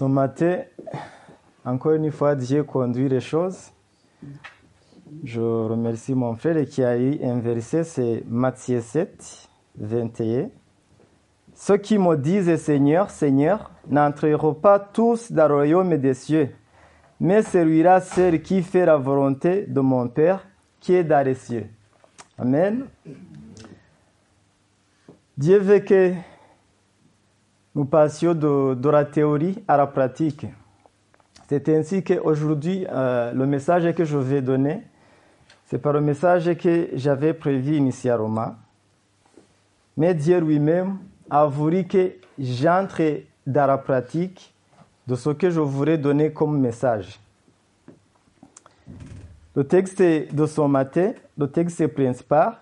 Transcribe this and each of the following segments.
Ce matin, encore une fois, Dieu conduit les choses. Je remercie mon frère qui a eu un verset, c'est Matthieu 7, 21. Ceux qui me disent Seigneur, Seigneur, n'entreront pas tous dans le royaume des cieux, mais celui-là, celui qui fait la volonté de mon Père qui est dans les cieux. Amen. Dieu veut que nous passions de la théorie à la pratique. C'est ainsi qu'aujourd'hui, le message que je vais donner, c'est pas le message que j'avais prévu initialement. Mais Dieu lui-même a voulu que j'entre dans la pratique de ce que je voudrais donner comme message. Le texte de ce matin, le texte principal,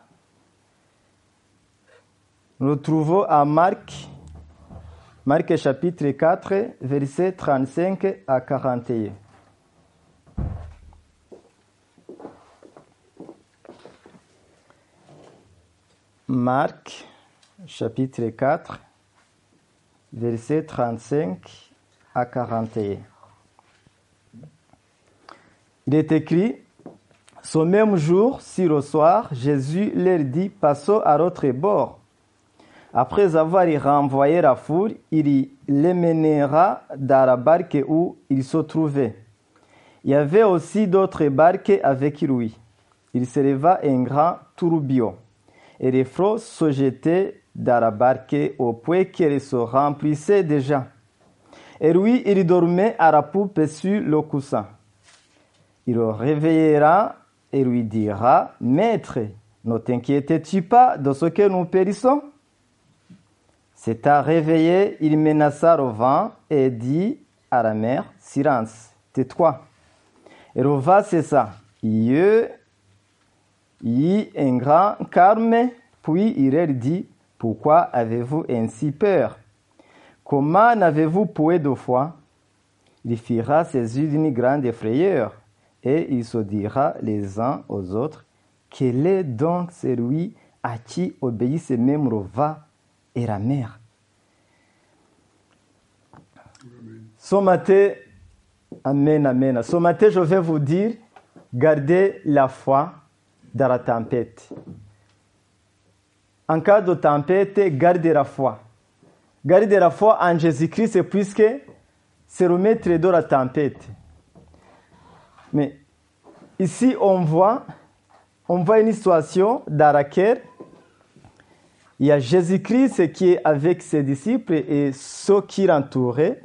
nous le trouvons à Marc chapitre 4, versets 35 à 41. Marc chapitre 4, versets 35 à 41. Il est écrit, « Ce même jour, sur le soir, Jésus leur dit, passons à l'autre bord. Après avoir renvoyé la foule, il les mènera dans la barque où ils se trouvaient. Il y avait aussi d'autres barques avec lui. Il se leva un grand tourbillon, et les flots se jetaient dans la barque au point qu'elle se remplissait déjà. Et lui, il dormait à la poupe sur le coussin. Il le réveillera et lui dira, « Maître, ne t'inquiètes-tu pas de ce que nous périssons ?» S'étant réveillé, il menaça le vent et dit à la mer, « Silence, tais-toi. » Et le vent cessa. Il y eut un grand calme, puis il leur dit, « Pourquoi avez-vous ainsi peur? Comment n'avez-vous point de foi? » Il fira ses yeux d'une grande frayeur, et il se dira les uns aux autres, « Quel est donc celui à qui obéissent même le vent et la mer? » Ce matin, amen, amen. Ce matin, je vais vous dire, gardez la foi dans la tempête. En cas de tempête, gardez la foi. Gardez la foi en Jésus-Christ puisque c'est le maître de la tempête. Mais ici, on voit une situation dans laquelle il y a Jésus-Christ qui est avec ses disciples et ceux qui l'entouraient,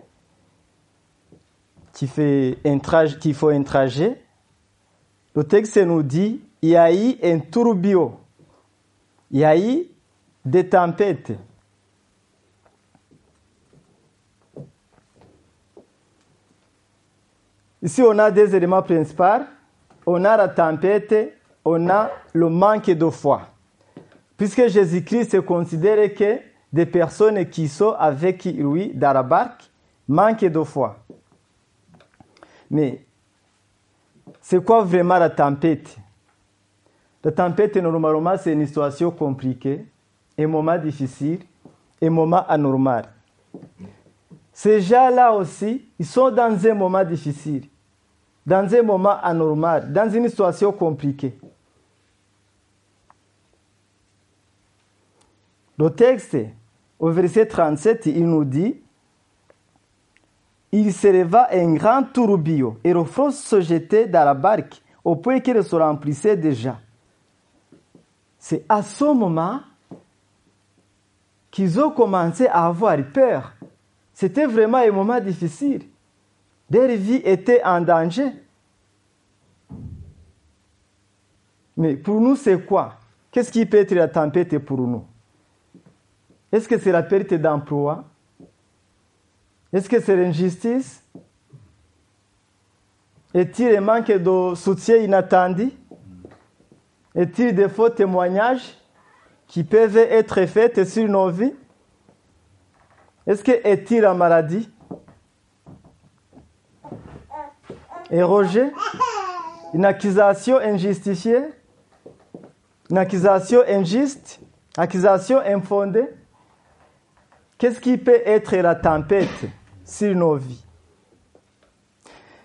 qui font un trajet. Le texte nous dit, il y a eu un tourbillon, il y a eu des tempêtes. Ici, on a des éléments principaux. On a la tempête, on a le manque de foi. Puisque Jésus-Christ considère que des personnes qui sont avec lui dans la barque manquent de foi. Mais c'est quoi vraiment la tempête? La tempête, normalement, c'est une situation compliquée, un moment difficile, un moment anormal. Ces gens-là aussi, ils sont dans un moment difficile, dans un moment anormal, dans une situation compliquée. Le texte, au verset 37, il nous dit, « Il se leva un grand tourbillon et le flot se jetait dans la barque au point qu'elle se remplissait déjà. » C'est à ce moment qu'ils ont commencé à avoir peur. C'était vraiment un moment difficile. Leur vie était en danger. Mais pour nous, c'est quoi? Qu'est-ce qui peut être la tempête pour nous? Est-ce que c'est la perte d'emploi? Est-ce que c'est l'injustice? Est-il un manque de soutien inattendu? Est-il des faux témoignages qui peuvent être faits sur nos vies? Est-il la maladie? Un rejet? Une accusation injustifiée? Une accusation injuste? Accusation infondée? Qu'est-ce qui peut être la tempête sur nos vies?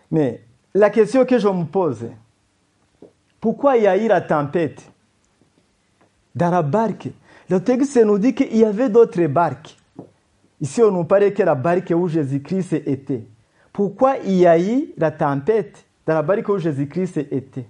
Mais la question que je me pose, pourquoi il y a eu la tempête dans la barque? Le texte nous dit qu'il y avait d'autres barques. Ici, on nous parlait que la barque où Jésus-Christ était. Pourquoi il y a eu la tempête dans la barque où Jésus-Christ était?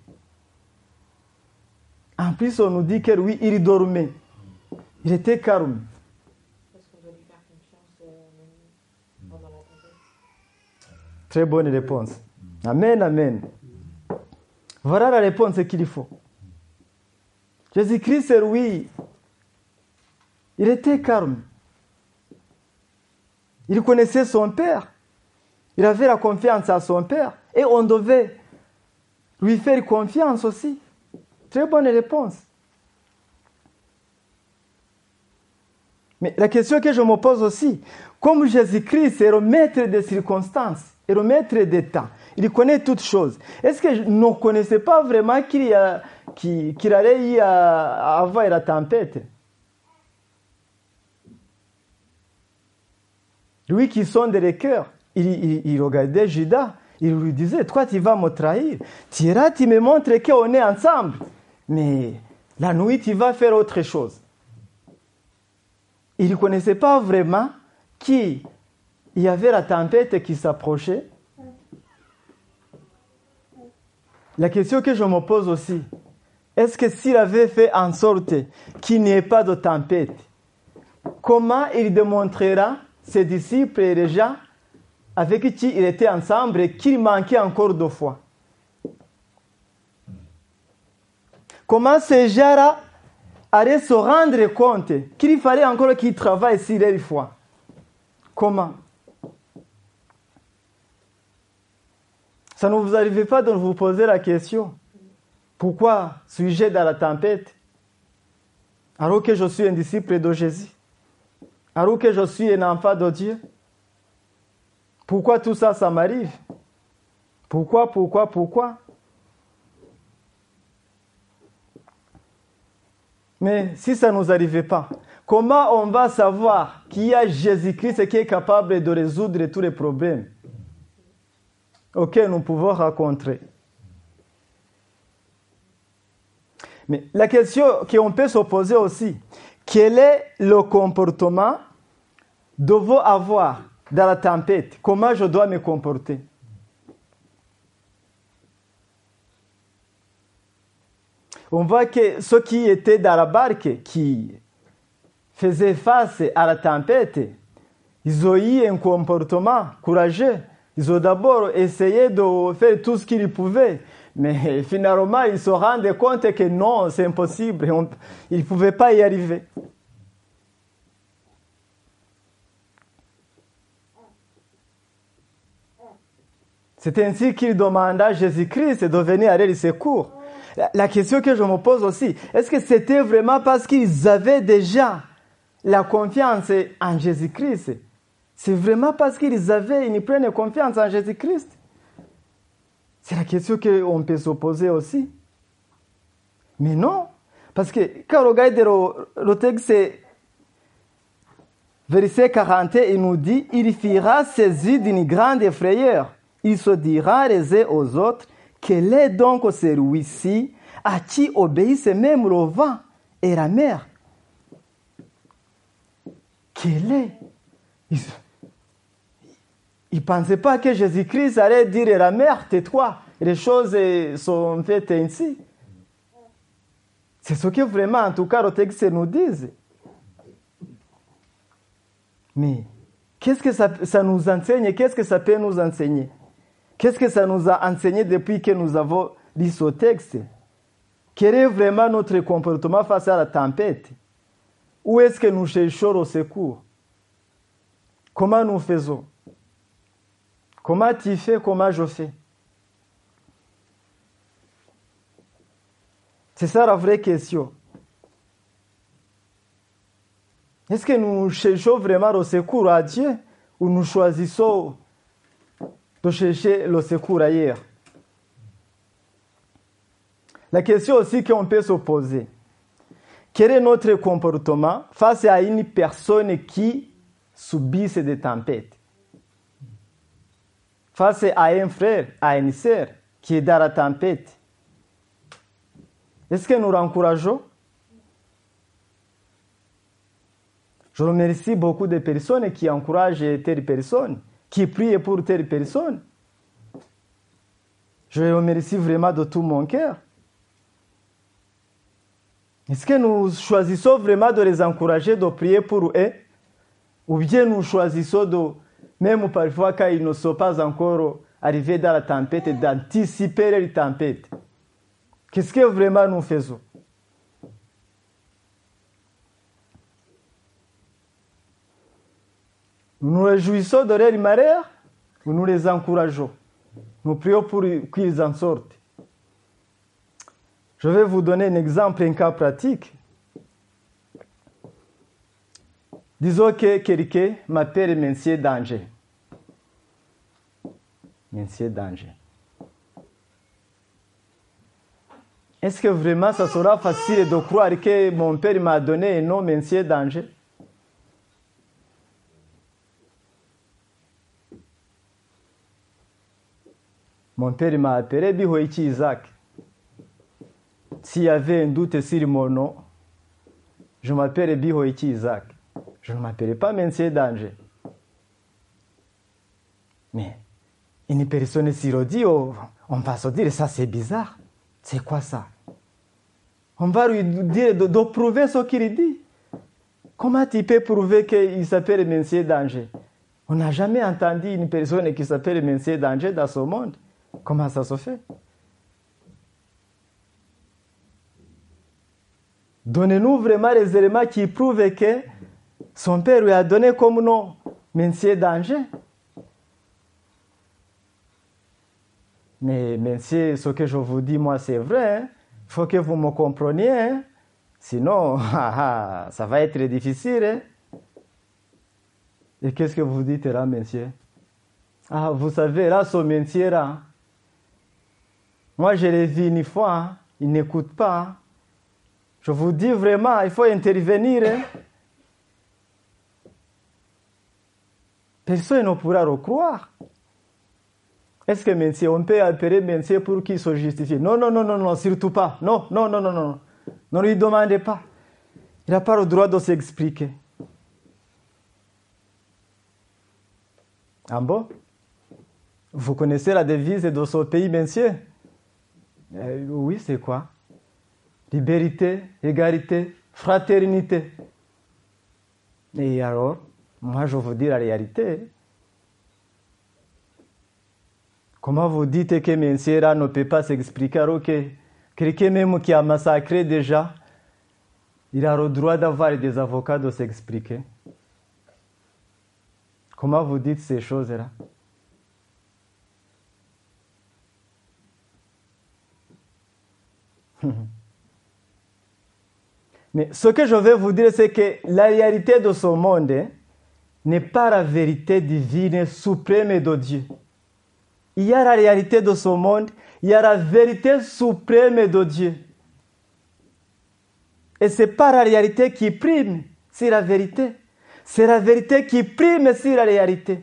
En plus, on nous dit que lui, il dormait. Il était calme. Parce qu'on doit lui faire confiance pendant la tempête. Très bonne réponse. Amen, amen. Voilà la réponse qu'il faut. Jésus-Christ, lui, il était calme. Il connaissait son Père. Il avait la confiance à son Père. Et on devait lui faire confiance aussi. Très bonne réponse. Mais la question que je me pose aussi, comme Jésus-Christ est le maître des circonstances et le maître des temps, il connaît toutes choses. Est-ce que je ne connaissais pas vraiment qu'il allait y avoir la tempête? Lui qui sonde les cœurs, il regardait Judas, il lui disait, toi tu vas me trahir, tu iras, tu me montres qu'on est ensemble, mais la nuit tu vas faire autre chose. Il ne connaissait pas vraiment qu'il y avait la tempête qui s'approchait. La question que je me pose aussi, est-ce que s'il avait fait en sorte qu'il n'y ait pas de tempête, comment il démontrera ses disciples et les gens avec qui il était ensemble et qu'il manquait encore de foi? Comment ces gens-là allaient se rendre compte qu'il fallait encore qu'ils travaillent sur leur foi? Comment? Ça ne vous arrive pas de vous poser la question, pourquoi suis-je dans la tempête alors que je suis un disciple de Jésus? Alors que je suis un enfant de Dieu? Pourquoi tout ça, ça m'arrive? Pourquoi? Mais si ça ne nous arrivait pas, comment on va savoir qu'il y a Jésus-Christ qui est capable de résoudre tous les problèmes auxquels nous pouvons rencontrer? Mais la question qu'on peut se poser aussi, quel est le comportement que je dois avoir dans la tempête? Comment je dois me comporter? On voit que ceux qui étaient dans la barque, qui faisaient face à la tempête, ils ont eu un comportement courageux. Ils ont d'abord essayé de faire tout ce qu'ils pouvaient, mais finalement, ils se rendent compte que non, c'est impossible, ils ne pouvaient pas y arriver. C'est ainsi qu'il demanda à Jésus-Christ de venir à leur secours. La question que je me pose aussi, est-ce que c'était vraiment parce qu'ils avaient déjà la confiance en Jésus-Christ? C'est vraiment parce qu'ils avaient une pleine confiance en Jésus-Christ? C'est la question qu'on peut se poser aussi. Mais non, parce que quand on regarde le texte, verset 40, il nous dit, « Il fera saisi d'une grande frayeur. Il se dira les uns aux autres, quel est donc celui-ci à qui obéissent même le vent et la mer? » Quel est? Il ne pensait pas que Jésus-Christ allait dire à la mer, tais-toi, les choses sont faites ainsi. C'est ce que vraiment, en tout cas, le texte nous dit. Mais qu'est-ce que ça nous enseigne? Qu'est-ce que ça peut nous enseigner? Qu'est-ce que ça nous a enseigné depuis que nous avons lu ce texte? Quel est vraiment notre comportement face à la tempête? Où est-ce que nous cherchons le secours? Comment nous faisons? Comment tu fais? Comment je fais? C'est ça la vraie question. Est-ce que nous cherchons vraiment le secours à Dieu ou nous choisissons de chercher le secours ailleurs? La question aussi qu'on peut se poser, quel est notre comportement face à une personne qui subit des tempêtes? face à un frère, à une sœur qui est dans la tempête, est-ce que nous l'encourageons? Je remercie beaucoup de personnes qui encouragent telle personne, qui prient pour telle personne. Je les remercie vraiment de tout mon cœur. Est-ce que nous choisissons vraiment de les encourager, de prier pour eux? Ou bien nous choisissons de, même parfois quand ils ne sont pas encore arrivés dans la tempête, d'anticiper les tempêtes? Qu'est-ce que vraiment nous faisons? Nous nous réjouissons de leur malheur ou nous les encourageons? Nous prions pour qu'ils en sortent. Je vais vous donner un exemple, un cas pratique. Disons que quelqu'un m'appelle Monsieur Danger. Monsieur Danger. Est-ce que vraiment ça sera facile de croire que mon père m'a donné un nom, Monsieur Danger? Mon père m'a appelé Bihoïki Isaac. S'il y avait un doute sur mon nom, je m'appelle Bihoïki Isaac. Je ne m'appelais pas Monsieur Danger. Mais une personne s'y redit, oh, on va se dire, ça c'est bizarre. C'est quoi ça? On va lui dire de prouver ce qu'il dit. Comment tu peux prouver qu'il s'appelle Monsieur Danger? On n'a jamais entendu une personne qui s'appelle Monsieur Danger dans ce monde. Comment ça se fait? Donnez-nous vraiment les éléments qui prouvent que son père lui a donné comme nom Monsieur Danger. Mais monsieur, ce que je vous dis, moi, c'est vrai. Il faut que vous me compreniez. Hein? Sinon, ça va être difficile. Hein? Et qu'est-ce que vous dites là, monsieur? Ah, vous savez, là, ce monsieur-là, moi, je l'ai vu une fois. Hein? Il n'écoute pas. Hein? Je vous dis vraiment, il faut intervenir. Hein? Personne ne pourra le croire. Est-ce que monsieur, on peut appeler monsieur pour qu'il se justifie? Non, non, non, non, non, surtout pas. Non, non, non, non, non. Ne lui demandez pas. Il n'a pas le droit de s'expliquer. Ah bon? Vous connaissez la devise de ce pays, monsieur? Oui, c'est quoi? Liberté, égalité, fraternité. Et alors, moi je vous dis la réalité. Comment vous dites que monsieur là ne peut pas s'expliquer alors que quelqu'un même qui a massacré déjà, il a le droit d'avoir des avocats de s'expliquer? Comment vous dites ces choses-là? Mais ce que je vais vous dire, c'est que la réalité de ce monde n'est pas la vérité divine suprême de Dieu. Il y a la réalité de ce monde, il y a la vérité suprême de Dieu. Et ce n'est pas la réalité qui prime, c'est la vérité. C'est la vérité qui prime sur la réalité.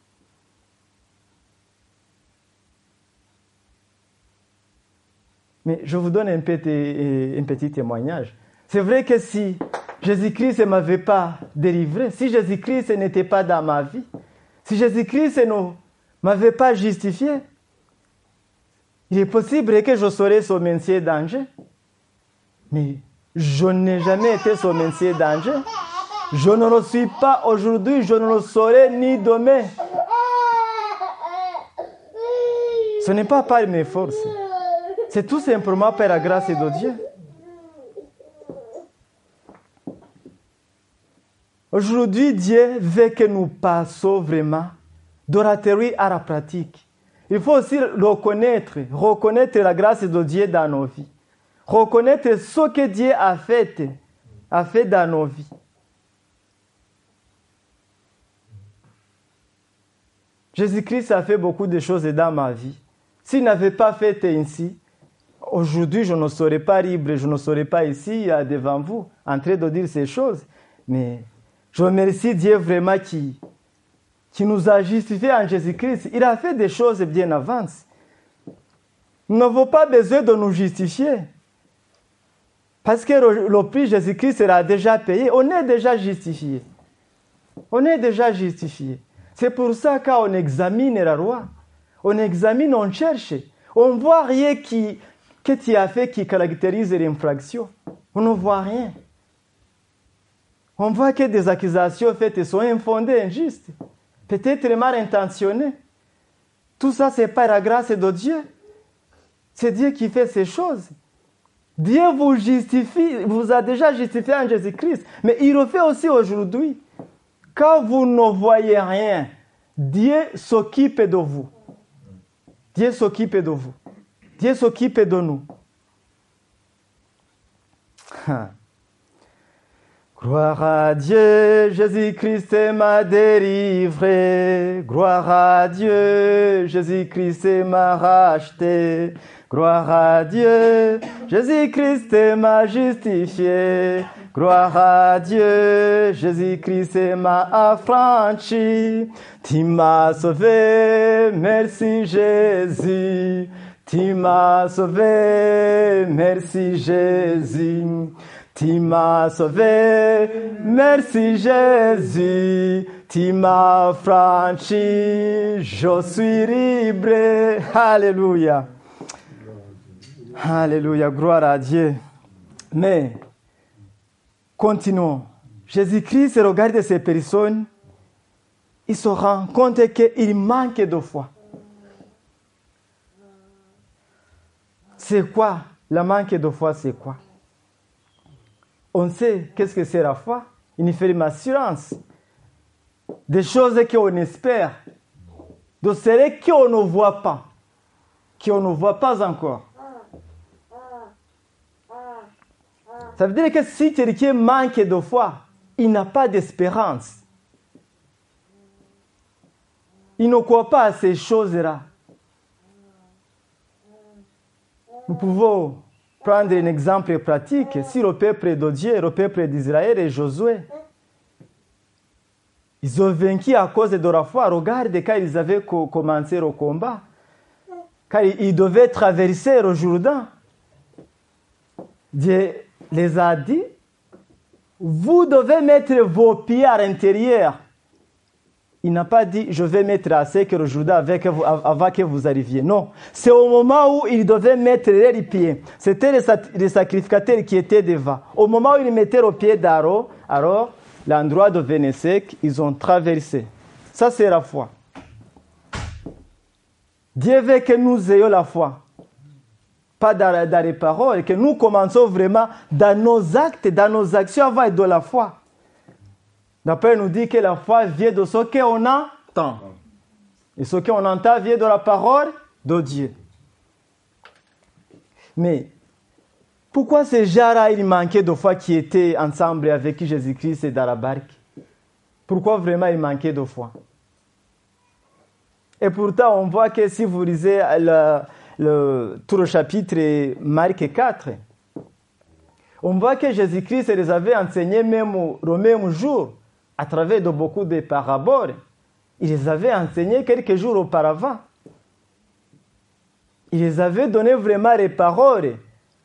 Mais je vous donne un petit témoignage. C'est vrai que si Jésus-Christ ne m'avait pas délivré, si Jésus-Christ n'était pas dans ma vie, si Jésus-Christ ne m'avait pas justifié, il est possible que je serais ce Monsieur Danger. Mais je n'ai jamais été ce Monsieur Danger. Je ne le suis pas aujourd'hui, je ne le serai ni demain. Ce n'est pas par mes forces. C'est tout simplement par la grâce de Dieu. Aujourd'hui, Dieu veut que nous passions vraiment de la théorie à la pratique. Il faut aussi reconnaître la grâce de Dieu dans nos vies. Reconnaître ce que Dieu a fait dans nos vies. Jésus-Christ a fait beaucoup de choses dans ma vie. S'il n'avait pas fait ainsi, aujourd'hui, je ne serais pas libre, je ne serais pas ici devant vous, en train de dire ces choses. Mais je remercie Dieu vraiment qui qui nous a justifiés en Jésus-Christ, il a fait des choses bien avant. Nous n'avons pas besoin de nous justifier. Parce que le prix Jésus-Christ sera déjà payé. On est déjà justifié. On est déjà justifié. C'est pour ça que quand on examine la loi, on examine, on cherche. On ne voit rien que tu as fait qui caractérise l'infraction. On ne voit rien. On voit que des accusations faites sont infondées, injustes. Peut-être mal intentionnées. Tout ça, c'est par la grâce de Dieu. C'est Dieu qui fait ces choses. Dieu vous justifie, vous a déjà justifié en Jésus-Christ. Mais il le fait aussi aujourd'hui. Quand vous ne voyez rien, Dieu s'occupe de vous. Dieu s'occupe de vous. Dieu s'occupe de nous. Gloire à Dieu, Jésus-Christ m'a délivré. Gloire à Dieu, Jésus-Christ m'a racheté. Gloire à Dieu, Jésus-Christ m'a justifié. Gloire à Dieu, Jésus-Christ m'a affranchi. Tu m'as sauvé, merci Jésus. Tu m'as sauvé, merci Jésus. Tu m'as sauvé, merci Jésus. Tu m'as affranchi, je suis libre. Alléluia. Alléluia, gloire à Dieu. Mais, continuons. Jésus-Christ regarde ces personnes, il se rend compte qu'il manque de foi. C'est quoi? Le manque de foi, c'est quoi? On sait qu'est-ce que c'est la foi. Une ferme assurance. Des choses qu'on espère. De celles qu'on ne voit pas. Qu'on ne voit pas encore. Ça veut dire que si quelqu'un manque de foi, il n'a pas d'espérance. Il ne croit pas à ces choses-là. Nous pouvons prendre un exemple pratique. Si le peuple de Dieu, le peuple d'Israël et Josué, ils ont vaincu à cause de la foi. Regarde quand ils avaient commencé le combat. Quand ils devaient traverser le Jourdain. Dieu les a dit, vous devez mettre vos pieds à l'intérieur. Il n'a pas dit, je vais mettre à sec le Jourdain avant que vous arriviez. Non, c'est au moment où ils devaient mettre les pieds. C'était les sacrificateurs qui étaient devant. Au moment où ils mettaient le pied d'Aaron, alors l'endroit devenait sec, ils ont traversé. Ça, c'est la foi. Dieu veut que nous ayons la foi. Pas dans les paroles, que nous commençons vraiment dans nos actes, dans nos actions avant de la foi. D'après, nous dit que la foi vient de ce qu'on entend. Et ce qu'on entend vient de la parole de Dieu. Mais, pourquoi ces gens-là, ils manquaient de foi qui étaient ensemble avec Jésus-Christ dans la barque? Pourquoi vraiment ils manquaient de foi? Et pourtant, on voit que si vous lisez tout le chapitre Marc 4, on voit que Jésus-Christ les avait enseignés même le même jour, à travers de beaucoup de paraboles. Il les avait enseignés quelques jours auparavant. Il les avait donné vraiment les paroles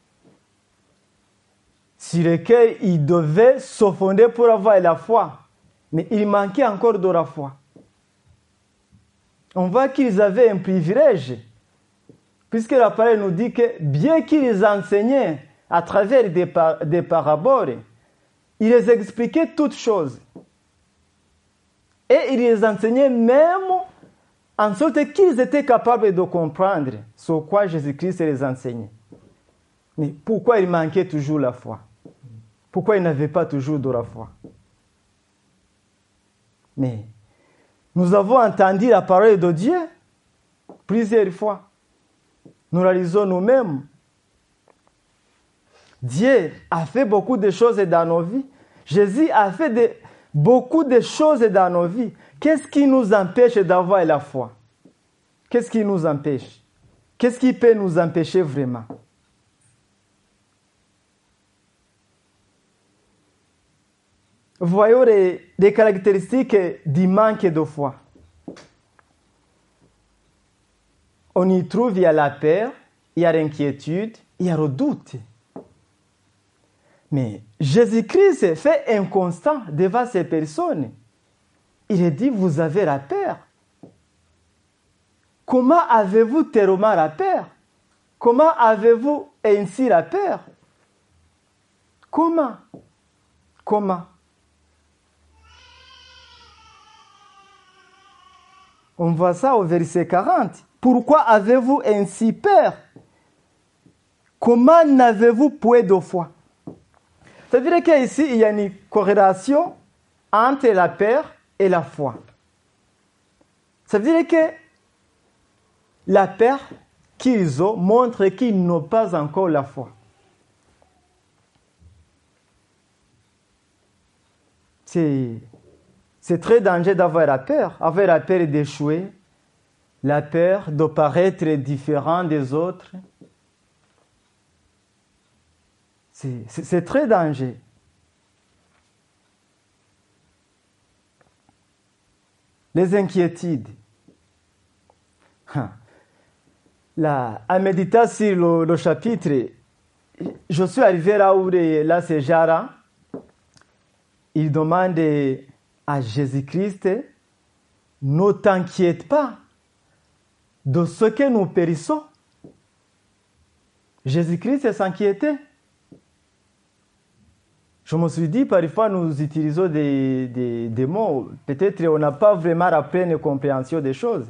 sur lesquelles ils devaient se fonder pour avoir la foi. Mais il manquait encore de la foi. On voit qu'ils avaient un privilège. Puisque la parole nous dit que bien qu'ils enseignaient à travers des paraboles, il les expliquait toutes choses. Et il les enseignait même en sorte qu'ils étaient capables de comprendre ce quoi Jésus-Christ les enseignait. Mais pourquoi il manquait toujours la foi? Pourquoi il n'avait pas toujours de la foi? Mais nous avons entendu la parole de Dieu plusieurs fois. Nous la lisons nous-mêmes. Dieu a fait beaucoup de choses dans nos vies. Jésus a fait beaucoup de choses dans nos vies. Qu'est-ce qui nous empêche d'avoir la foi? Qu'est-ce qui nous empêche? Qu'est-ce qui peut nous empêcher vraiment? Voyons les caractéristiques du manque de foi. on y trouve, il y a la peur, il y a l'inquiétude, il y a le doute. Mais Jésus-Christ fait un constat devant ces personnes. Il dit, vous avez la peur. Comment avez-vous tellement la peur? Comment avez-vous ainsi la peur? Comment? On voit ça au verset 40. Pourquoi avez-vous ainsi peur? Comment n'avez-vous point de foi? Ça veut dire qu'ici, il y a une corrélation entre la peur et la foi. Ça veut dire que la peur qu'ils ont montre qu'ils n'ont pas encore la foi. C'est très dangereux d'avoir la peur d'échouer, la peur de paraître différent des autres. C'est très dangereux. Les inquiétudes. À méditer sur le chapitre, je suis arrivé là où c'est Jara. Il demande à Jésus-Christ, ne t'inquiète pas de ce que nous périssons. Jésus-Christ s'inquiétait. Je me suis dit, parfois nous utilisons des mots, peut-être on n'a pas vraiment la pleine compréhension des choses.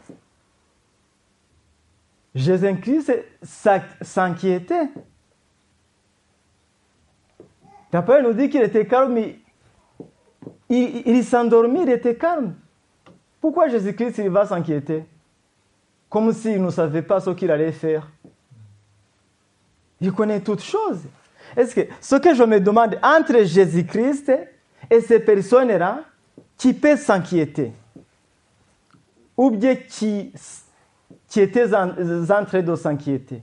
Jésus-Christ s'inquiétait. D'après, il nous dit qu'il était calme, il s'endormit, il était calme. Pourquoi Jésus-Christ il va s'inquiéter? Comme s'il ne savait pas ce qu'il allait faire. Il connaît toutes choses. Est-ce que ce que je me demande entre Jésus-Christ et ces personnes-là, qui peut s'inquiéter? Ou bien qui était en train de s'inquiéter?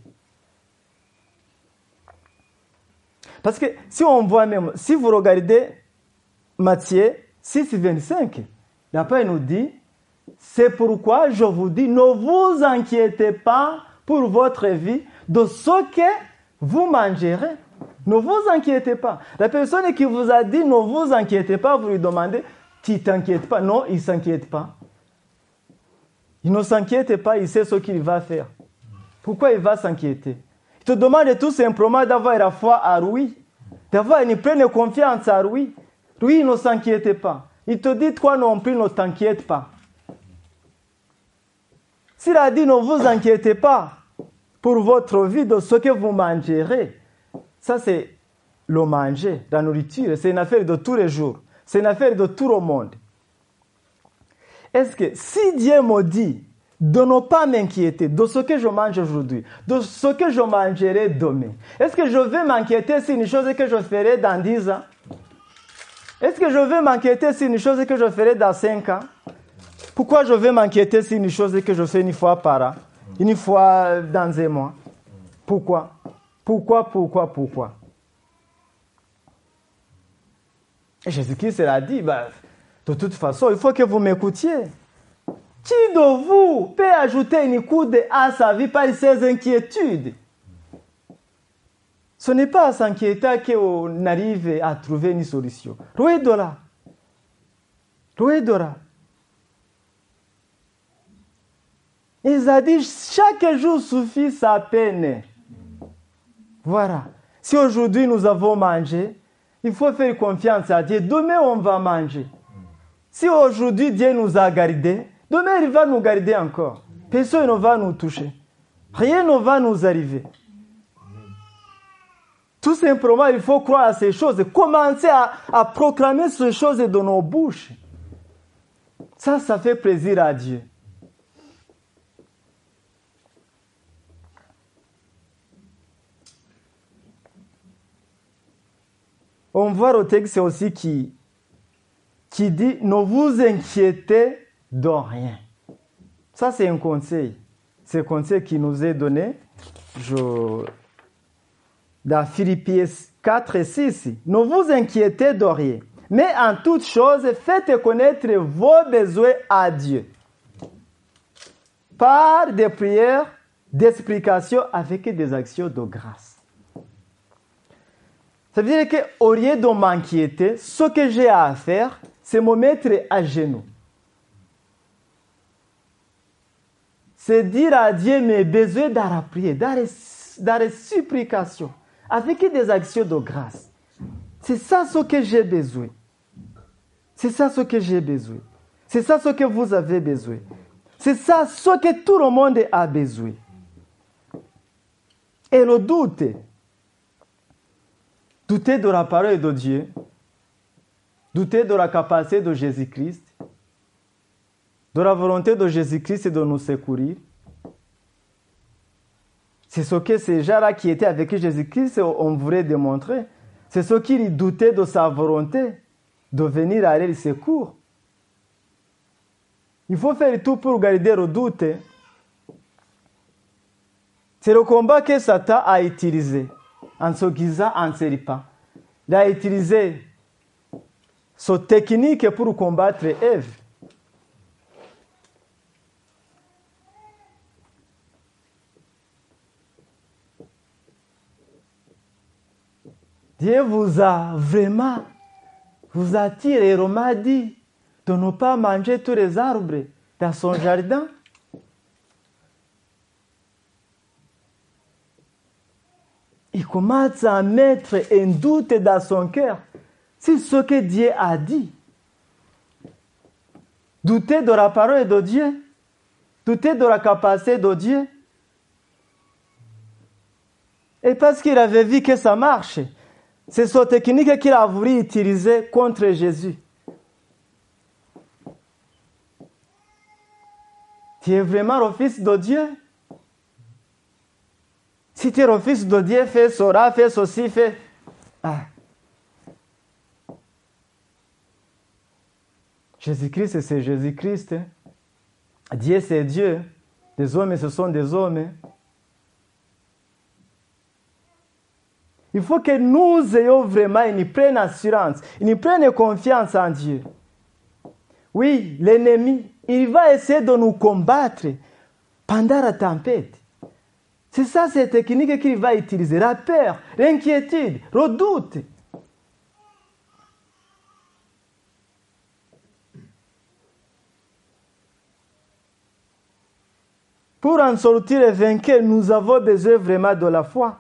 Parce que si on voit même, si vous regardez Matthieu 6, 25, l'après il nous dit, c'est pourquoi je vous dis, ne vous inquiétez pas pour votre vie de ce que vous mangerez. Ne vous inquiétez pas. La personne qui vous a dit ne vous inquiétez pas, vous lui demandez, tu t'inquiètes pas? Non, il ne s'inquiète pas. Il ne s'inquiète pas, il sait ce qu'il va faire. Pourquoi il va s'inquiéter? Il te demande tout simplement d'avoir la foi à lui, d'avoir une pleine confiance à lui. Lui, il ne s'inquiète pas. Il te dit, toi non plus, ne t'inquiète pas. S'il a dit, ne vous inquiétez pas pour votre vie de ce que vous mangerez, ça c'est le manger, la nourriture, c'est une affaire de tous les jours. C'est une affaire de tout le monde. Est-ce que si Dieu me dit de ne pas m'inquiéter de ce que je mange aujourd'hui, de ce que je mangerai demain, est-ce que je vais m'inquiéter sur une chose que je ferai dans 10 ans? Est-ce que je vais m'inquiéter sur une chose que je ferai dans 5 ans? Pourquoi je vais m'inquiéter sur une chose que je fais une fois par an, une fois dans un mois? Pourquoi? Et Jésus-Christ l'a dit, de toute façon, il faut que vous m'écoutiez. Qui de vous peut ajouter une coude à sa vie par ses inquiétudes? Ce n'est pas à s'inquiéter qu'on arrive à trouver une solution. Loin de là. Il a dit, chaque jour suffit sa peine. Voilà. Si aujourd'hui nous avons mangé, il faut faire confiance à Dieu. Demain, on va manger. Si aujourd'hui Dieu nous a gardés, demain, il va nous garder encore. Personne ne va nous toucher. Rien ne va nous arriver. Tout simplement, il faut croire à ces choses. Commencer à proclamer ces choses de nos bouches. Ça fait plaisir à Dieu. On voit au texte aussi qui dit « Ne vous inquiétez de rien ». Ça, c'est un conseil. C'est un conseil qui nous est donné dans Philippiens 4 et 6. « Ne vous inquiétez de rien, mais en toute chose, faites connaître vos besoins à Dieu. » par des prières d'explication avec des actions de grâce. Ça veut dire qu'au lieu de m'inquiéter, ce que j'ai à faire, c'est me mettre à genoux. C'est dire à Dieu mes besoins dans la prière, dans les supplications, avec des actions de grâce. C'est ça ce que j'ai besoin. C'est ça ce que j'ai besoin. C'est ça ce que vous avez besoin. C'est ça ce que tout le monde a besoin. Et le doute, douter de la parole de Dieu, douter de la capacité de Jésus-Christ, de la volonté de Jésus-Christ de nous secourir. C'est ce que ces gens-là qui étaient avec Jésus-Christ ont voulu démontrer. C'est ce qu'ils doutaient de sa volonté de venir à leur secours. Il faut faire tout pour garder le doute. C'est le combat que Satan a utilisé en se guisant en serpent. Il a utilisé cette technique pour combattre Ève. Dieu vous a réellement dit de ne pas manger tous les arbres dans son jardin. Il commence à mettre un doute dans son cœur. C'est ce que Dieu a dit. Douter de la parole de Dieu, douter de la capacité de Dieu. Et parce qu'il avait vu que ça marche, c'est cette technique qu'il a voulu utiliser contre Jésus. Tu es vraiment le Fils de Dieu? Si tu es le Fils de Dieu, fais cela, fais ceci, fais... Ah. Jésus-Christ, c'est Jésus-Christ. Dieu, c'est Dieu. Les hommes, ce sont des hommes. Il faut que nous ayons vraiment une pleine assurance, une pleine confiance en Dieu. Oui, l'ennemi, il va essayer de nous combattre pendant la tempête. C'est ça, cette technique qu'il va utiliser. La peur, l'inquiétude, le doute. Pour en sortir vainqueur, nous avons besoin vraiment de la foi.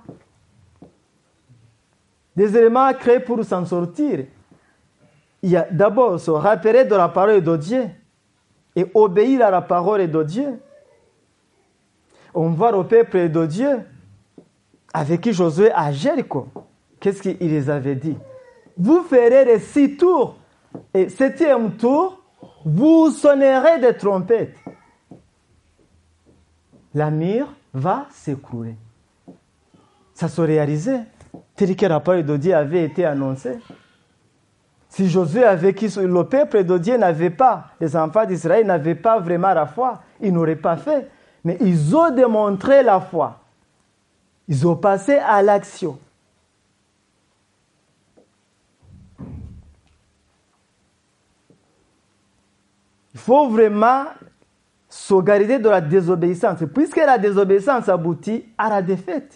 Des éléments créés pour s'en sortir. Il y a d'abord se rappeler de la parole de Dieu et obéir à la parole de Dieu. On voit le peuple de Dieu avec qui Josué à Jéricho. Qu'est-ce qu'il les avait dit? Vous ferez les 6 tours et 7e tour, vous sonnerez des trompettes. La mur va s'écrouler. Ça se réalisait. Tel que la parole de Dieu avait été annoncée. Si Josué avait qui le peuple de Dieu n'avait pas, les enfants d'Israël n'avaient pas vraiment la foi, ils n'auraient pas fait. Mais ils ont démontré la foi. Ils ont passé à l'action. Il faut vraiment se garder de la désobéissance, puisque la désobéissance aboutit à la défaite.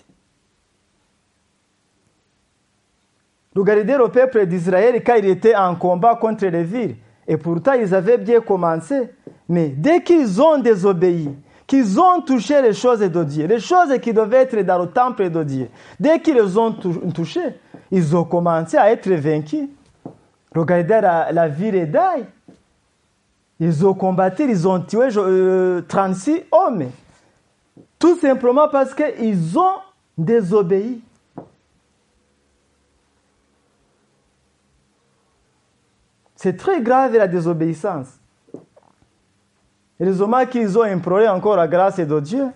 Regardez le peuple d'Israël quand il était en combat contre les villes. Et pourtant, ils avaient bien commencé. Mais dès qu'ils ont désobéi, qu'ils ont touché les choses de Dieu, les choses qui devaient être dans le temple de Dieu, dès qu'ils les ont touchées, ils ont commencé à être vaincus. Regardez la ville d'Aï. Ils ont combattu, ils ont tué 36 hommes. Tout simplement parce qu'ils ont désobéi. C'est très grave la désobéissance. Heureusement qu'ils ont imploré encore la grâce de Dieu.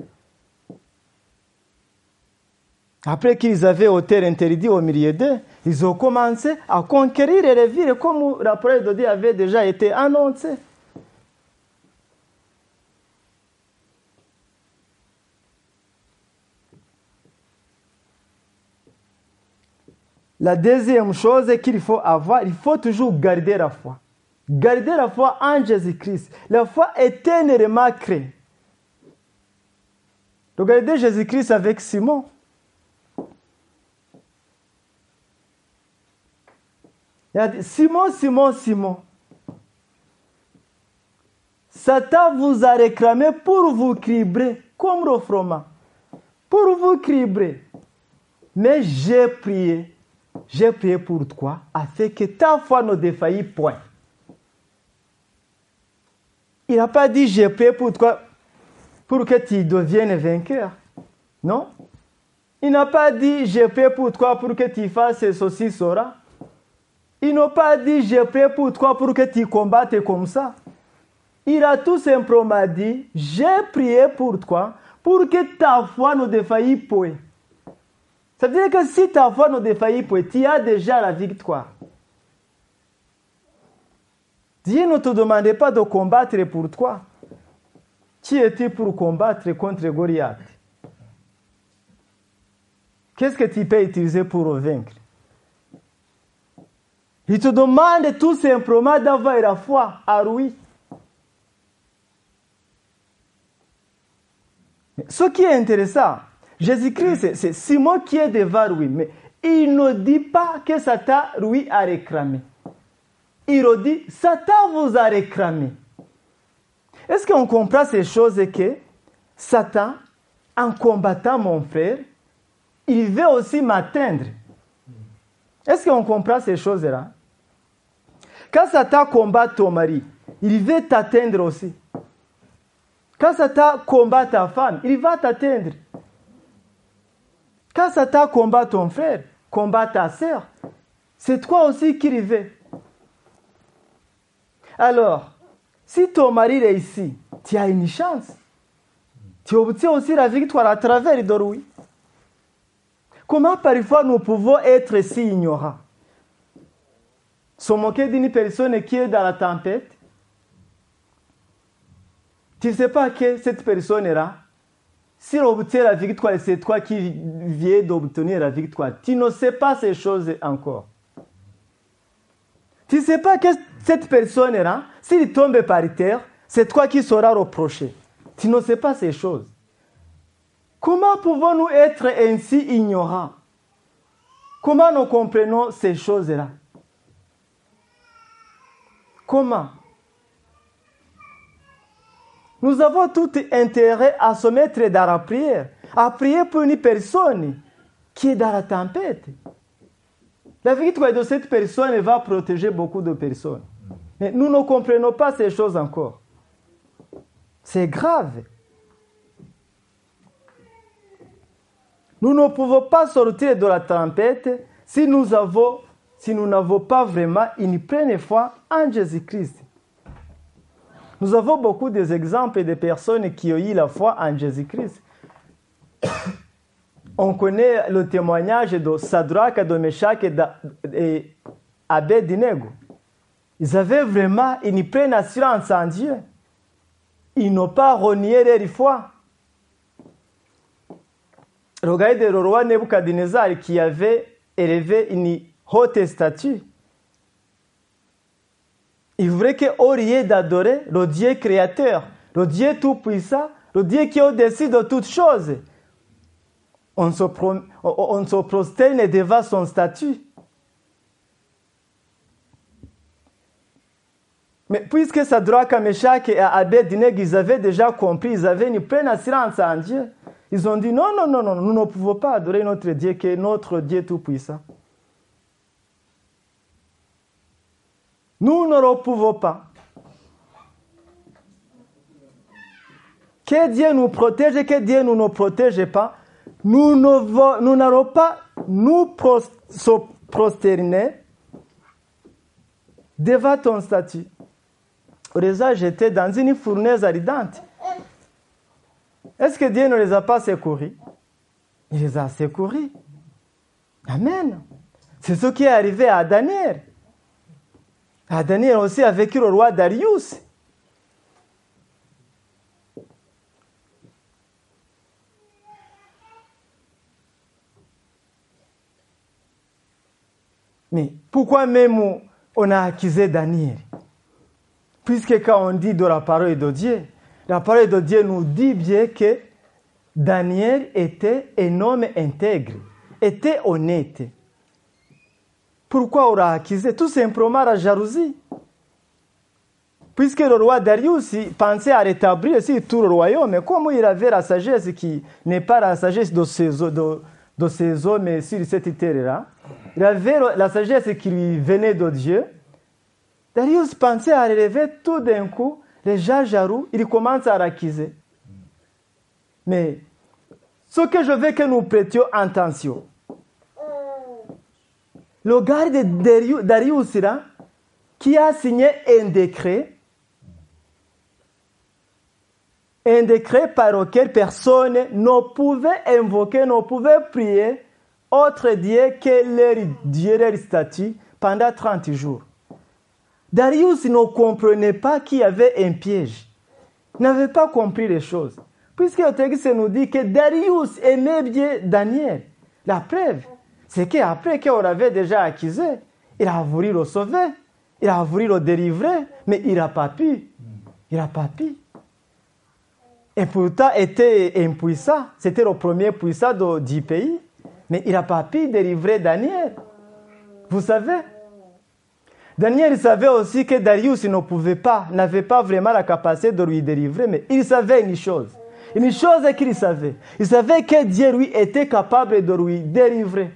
Après qu'ils avaient ôté l'interdit au milieu d'eux, ils ont commencé à conquérir les villes comme la parole de Dieu avait déjà été annoncée. La deuxième chose qu'il faut avoir, il faut toujours garder la foi. Garder la foi en Jésus-Christ. La foi éternellement créée. Regardez Jésus-Christ avec Simon. Il a dit, Simon, Simon, Simon, Satan vous a réclamé pour vous cribler, comme le froment, pour vous cribler. Mais j'ai prié pour toi, afin que ta foi ne défaillit point. Il n'a pas dit, j'ai prié pour toi, pour que tu deviennes vainqueur. Non. Il n'a pas dit, j'ai prié pour toi, pour que tu fasses ceci, cela. Il n'a pas dit, j'ai prié pour toi, pour que tu combattes comme ça. Il a tout simplement dit, j'ai prié pour toi, pour que ta foi ne défaillit point. Ça veut dire que si ta foi ne défaillit point, tu as déjà la victoire. Dieu ne te demandait pas de combattre pour toi. Qui es-tu pour combattre contre Goliath? Qu'est-ce que tu peux utiliser pour le vaincre? Il te demande tout simplement d'avoir la foi à lui. Ce qui est intéressant, Jésus-Christ, c'est Simon qui est devant lui, mais il ne dit pas que Satan lui a réclamé. Il dit, Satan vous a réclamé. Est-ce qu'on comprend ces choses que Satan, en combattant mon frère, il veut aussi m'atteindre? Est-ce qu'on comprend ces choses-là? Quand Satan combat ton mari, il veut t'atteindre aussi. Quand Satan combat ta femme, il va t'atteindre. Quand Satan combat ton frère, combat ta sœur, c'est toi aussi qu'il veut. Alors, si ton mari réussit, tu as une chance. Tu obtiens aussi la victoire à travers de lui. Comment parfois nous pouvons être si ignorants? Se moquer d'une personne qui est dans la tempête. Tu ne sais pas que cette personne-là, s'il obtient la victoire, c'est toi qui viens d'obtenir la victoire. Tu ne sais pas ces choses encore. Tu ne sais pas que cette personne-là, s'il tombe par terre, c'est toi qui seras reproché. Tu ne sais pas ces choses. Comment pouvons-nous être ainsi ignorants? Comment nous comprenons ces choses-là? Comment? Nous avons tout intérêt à se mettre dans la prière, à prier pour une personne qui est dans la tempête. La victoire de cette personne va protéger beaucoup de personnes. Mais nous ne comprenons pas ces choses encore. C'est grave. Nous ne pouvons pas sortir de la tempête si nous n'avons pas vraiment une pleine foi en Jésus-Christ. Nous avons beaucoup d'exemples de personnes qui ont eu la foi en Jésus-Christ. On connaît le témoignage de Sadrach, de Meshach et Abednego. Ils avaient vraiment une pleine assurance en Dieu. Ils n'ont pas renié leur foi. Regardez le roi Nebuchadnezzar qui avait élevé une haute statue. Il voulait qu'au lieu d'adorer le Dieu créateur, le Dieu tout-puissant, le Dieu qui est au-dessus de toutes choses, on se prosterne devant son statut. Mais puisque Sadrach, Meshach et Abednego, ils avaient déjà compris, ils avaient une pleine assurance en Dieu, ils ont dit non, nous ne pouvons pas adorer notre Dieu qui est notre Dieu tout-puissant. Nous ne le pouvons pas. Que Dieu nous protège, que Dieu ne nous protège pas, nous n'allons pas nous prosterner devant ton statut. On les a jetés dans une fournaise ardente. Est-ce que Dieu ne les a pas secourus? Il les a secourus. Amen. C'est ce qui est arrivé à Daniel. À Daniel aussi a vécu le roi Darius. Mais pourquoi même on a accusé Daniel? Puisque quand on dit de la parole de Dieu nous dit bien que Daniel était un homme intègre, était honnête. Pourquoi aura accusé? Tout simplement la jalousie. Puisque le roi Darius pensait à rétablir aussi tout le royaume, mais comme il avait la sagesse qui n'est pas la sagesse de ces hommes sur cette terre-là, il avait la sagesse qui lui venait de Dieu. Darius pensait à relever tout d'un coup les gens jaloux, il commence à l'accuser. Mais ce que je veux que nous prêtions attention, le gars de Darius là, qui a signé un décret par lequel personne ne pouvait invoquer, ne pouvait prier autre Dieu que leur Dieu, leur statut, pendant 30 jours. Darius ne comprenait pas qu'il y avait un piège. Il n'avait pas compris les choses. Puisque le texte nous dit que Darius aimait bien Daniel. La preuve, c'est qu'après qu'on l'avait déjà accusé, il a voulu le sauver, il a voulu le délivrer, mais il n'a pas pu. Il n'a pas pu. Et pourtant, il était impuissant. C'était le premier puissant du pays. Mais il n'a pas pu délivrer Daniel. Vous savez? Daniel savait aussi que Darius n'avait pas vraiment la capacité de lui délivrer, mais il savait une chose qu'il savait. Il savait que Dieu, lui, était capable de lui délivrer.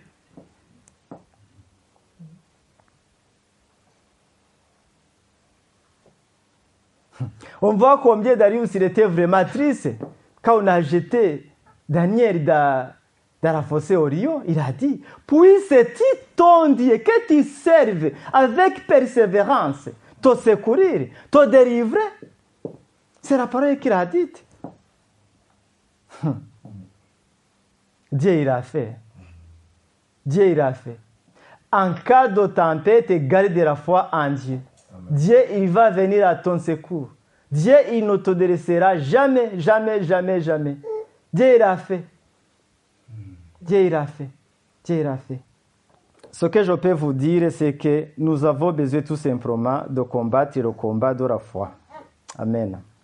On voit combien Darius il était vraiment triste quand on a jeté Daniel dans la fossée au Rio. Il a dit, puisses-tu ton Dieu que tu serves avec persévérance, te secourir, te délivrer? C'est la parole qu'il a dite. Dieu il a fait. Dieu il a fait. En cas de tempête, garde la foi en Dieu. Dieu il va venir à ton secours. Dieu il ne te délaissera jamais, jamais, jamais, jamais. Dieu il a fait. Dieu il a fait. Dieu il a fait. Ce que je peux vous dire, c'est que nous avons besoin tout simplement de combattre le combat de la foi. Amen.